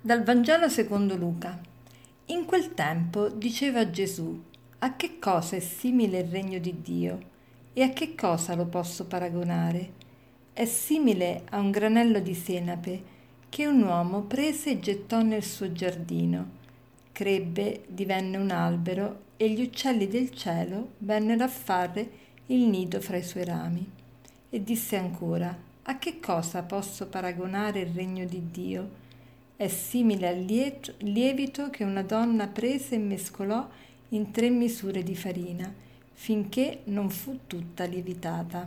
Dal Vangelo secondo Luca. In quel tempo diceva Gesù: a che cosa è simile il regno di Dio? E a che cosa lo posso paragonare? È simile a un granello di senape che un uomo prese e gettò nel suo giardino. Crebbe, divenne un albero e gli uccelli del cielo vennero a fare il nido fra i suoi rami. E disse ancora: a che cosa posso paragonare il regno di Dio? È simile al lievito che una donna prese e mescolò in 3 misure di farina, finché non fu tutta lievitata.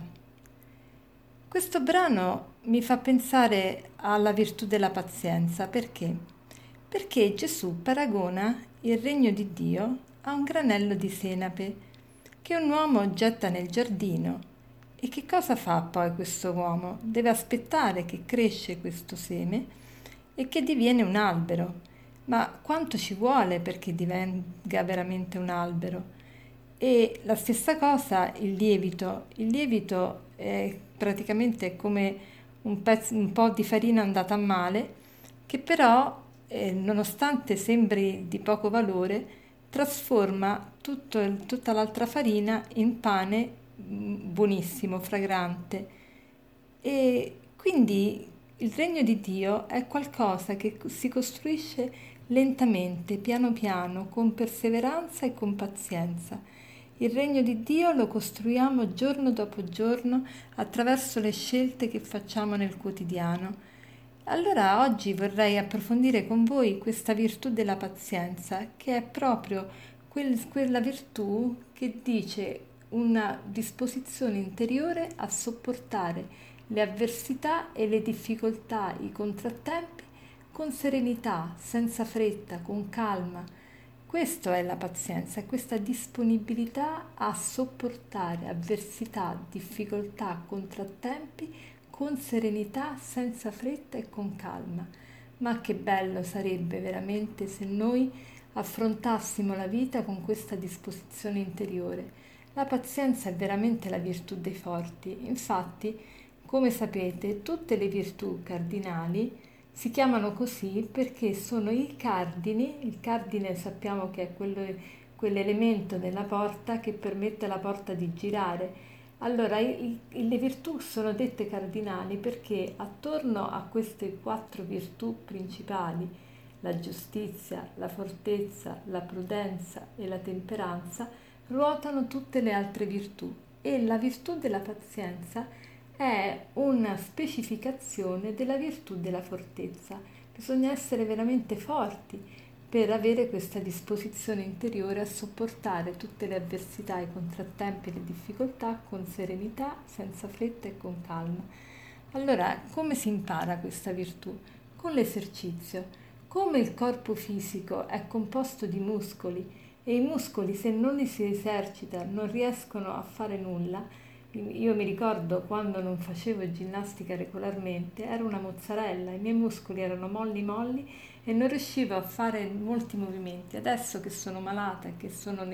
Questo brano mi fa pensare alla virtù della pazienza. Perché? Perché Gesù paragona il regno di Dio a un granello di senape che un uomo getta nel giardino. E che cosa fa poi questo uomo? Deve aspettare che cresce questo seme e che diviene un albero. Ma quanto ci vuole perché divenga veramente un albero? E la stessa cosa il lievito. Il lievito è praticamente come un po' di farina andata a male, che però, nonostante sembri di poco valore, trasforma tutta l'altra farina in pane buonissimo, fragrante. E quindi il regno di Dio è qualcosa che si costruisce lentamente, piano piano, con perseveranza e con pazienza. Il regno di Dio lo costruiamo giorno dopo giorno attraverso le scelte che facciamo nel quotidiano. Allora oggi vorrei approfondire con voi questa virtù della pazienza, che è proprio quella virtù che dice una disposizione interiore a sopportare le avversità e le difficoltà, i contrattempi con serenità, senza fretta, con calma. Questo è la pazienza, è questa disponibilità a sopportare avversità, difficoltà, contrattempi con serenità, senza fretta e con calma. Ma che bello sarebbe veramente se noi affrontassimo la vita con questa disposizione interiore. La pazienza è veramente la virtù dei forti. Infatti, come sapete, tutte le virtù cardinali si chiamano così perché sono i cardini. Il cardine sappiamo che è quell'elemento della porta che permette alla porta di girare. Allora, le virtù sono dette cardinali perché attorno a queste 4 virtù principali, la giustizia, la fortezza, la prudenza e la temperanza, ruotano tutte le altre virtù, e la virtù della pazienza è una specificazione della virtù della fortezza. Bisogna essere veramente forti per avere questa disposizione interiore a sopportare tutte le avversità, i contrattempi e le difficoltà con serenità, senza fretta e con calma. Allora, come si impara questa virtù? Con l'esercizio. Come il corpo fisico è composto di muscoli e i muscoli, se non li si esercita, non riescono a fare nulla. Io mi ricordo quando non facevo ginnastica regolarmente, ero una mozzarella, i miei muscoli erano molli molli e non riuscivo a fare molti movimenti. Adesso che sono malata e che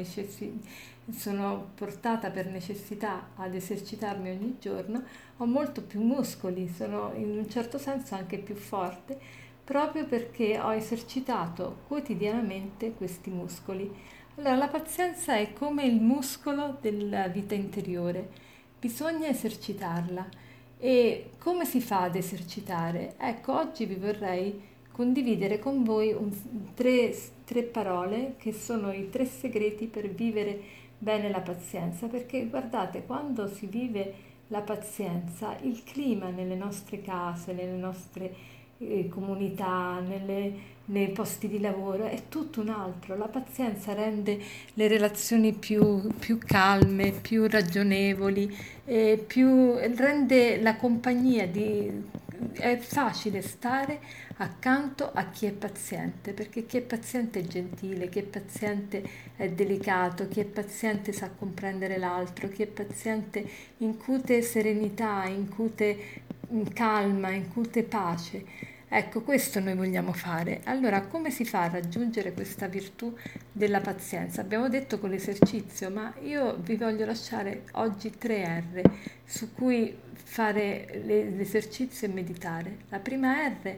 sono portata per necessità ad esercitarmi ogni giorno, ho molto più muscoli, sono in un certo senso anche più forte, proprio perché ho esercitato quotidianamente questi muscoli. Allora, la pazienza è come il muscolo della vita interiore, bisogna esercitarla. E come si fa ad esercitare? Ecco, oggi vi vorrei condividere con voi tre parole che sono i 3 segreti per vivere bene la pazienza, perché guardate, quando si vive la pazienza, il clima nelle nostre case, nelle nostre comunità, nei posti di lavoro è tutto un altro. La pazienza rende le relazioni più calme, più ragionevoli, rende la compagnia è facile stare accanto a chi è paziente, perché chi è paziente è gentile, chi è paziente è delicato, chi è paziente sa comprendere l'altro, chi è paziente incute serenità, incute calma, incute pace. Ecco, questo noi vogliamo fare. Allora, come si fa a raggiungere questa virtù della pazienza? Abbiamo detto con l'esercizio, ma io vi voglio lasciare oggi 3 R su cui fare l'esercizio e meditare. La prima R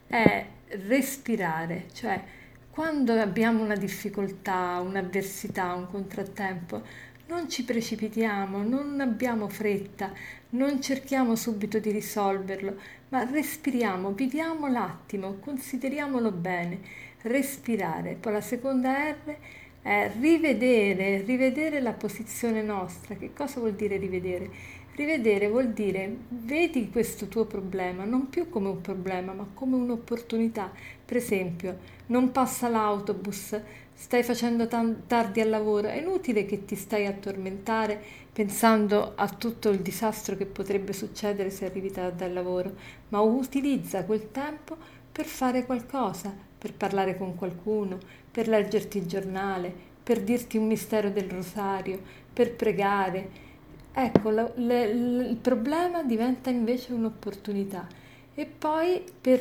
è respirare, cioè quando abbiamo una difficoltà, un'avversità, un contrattempo, non ci precipitiamo, non abbiamo fretta, non cerchiamo subito di risolverlo, ma respiriamo, viviamo l'attimo, consideriamolo bene, respirare. Poi la seconda R è rivedere la posizione nostra. Che cosa vuol dire rivedere? Rivedere vuol dire vedi questo tuo problema non più come un problema, ma come un'opportunità. Per esempio, non passa l'autobus, stai facendo tardi al lavoro, è inutile che ti stai a tormentare pensando a tutto il disastro che potrebbe succedere se arrivi tardi al lavoro, ma utilizza quel tempo per fare qualcosa, per parlare con qualcuno, per leggerti il giornale, per dirti un mistero del rosario, per pregare. Ecco, il problema diventa invece un'opportunità. E poi per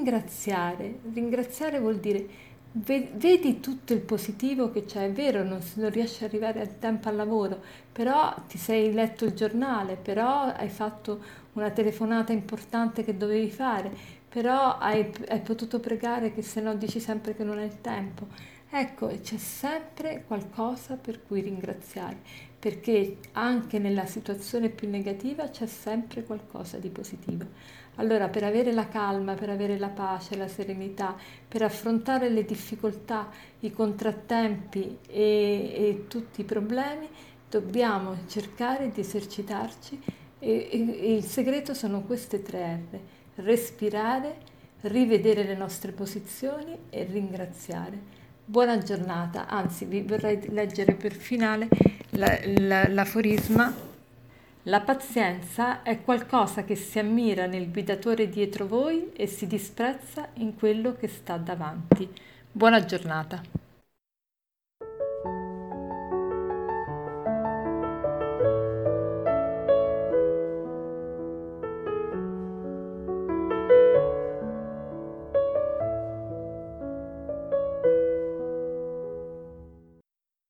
ringraziare vuol dire vedi tutto il positivo che c'è, è vero, non riesci ad arrivare a tempo al lavoro, però ti sei letto il giornale, però hai fatto una telefonata importante che dovevi fare, però hai potuto pregare che se no dici sempre che non hai il tempo. Ecco, c'è sempre qualcosa per cui ringraziare, perché anche nella situazione più negativa c'è sempre qualcosa di positivo. Allora, per avere la calma, per avere la pace, la serenità, per affrontare le difficoltà, i contrattempi e tutti i problemi, dobbiamo cercare di esercitarci e il segreto sono queste tre R: respirare, rivedere le nostre posizioni e ringraziare. Buona giornata, anzi vi vorrei leggere per finale l'aforisma. La pazienza è qualcosa che si ammira nel guidatore dietro voi e si disprezza in quello che sta davanti. Buona giornata.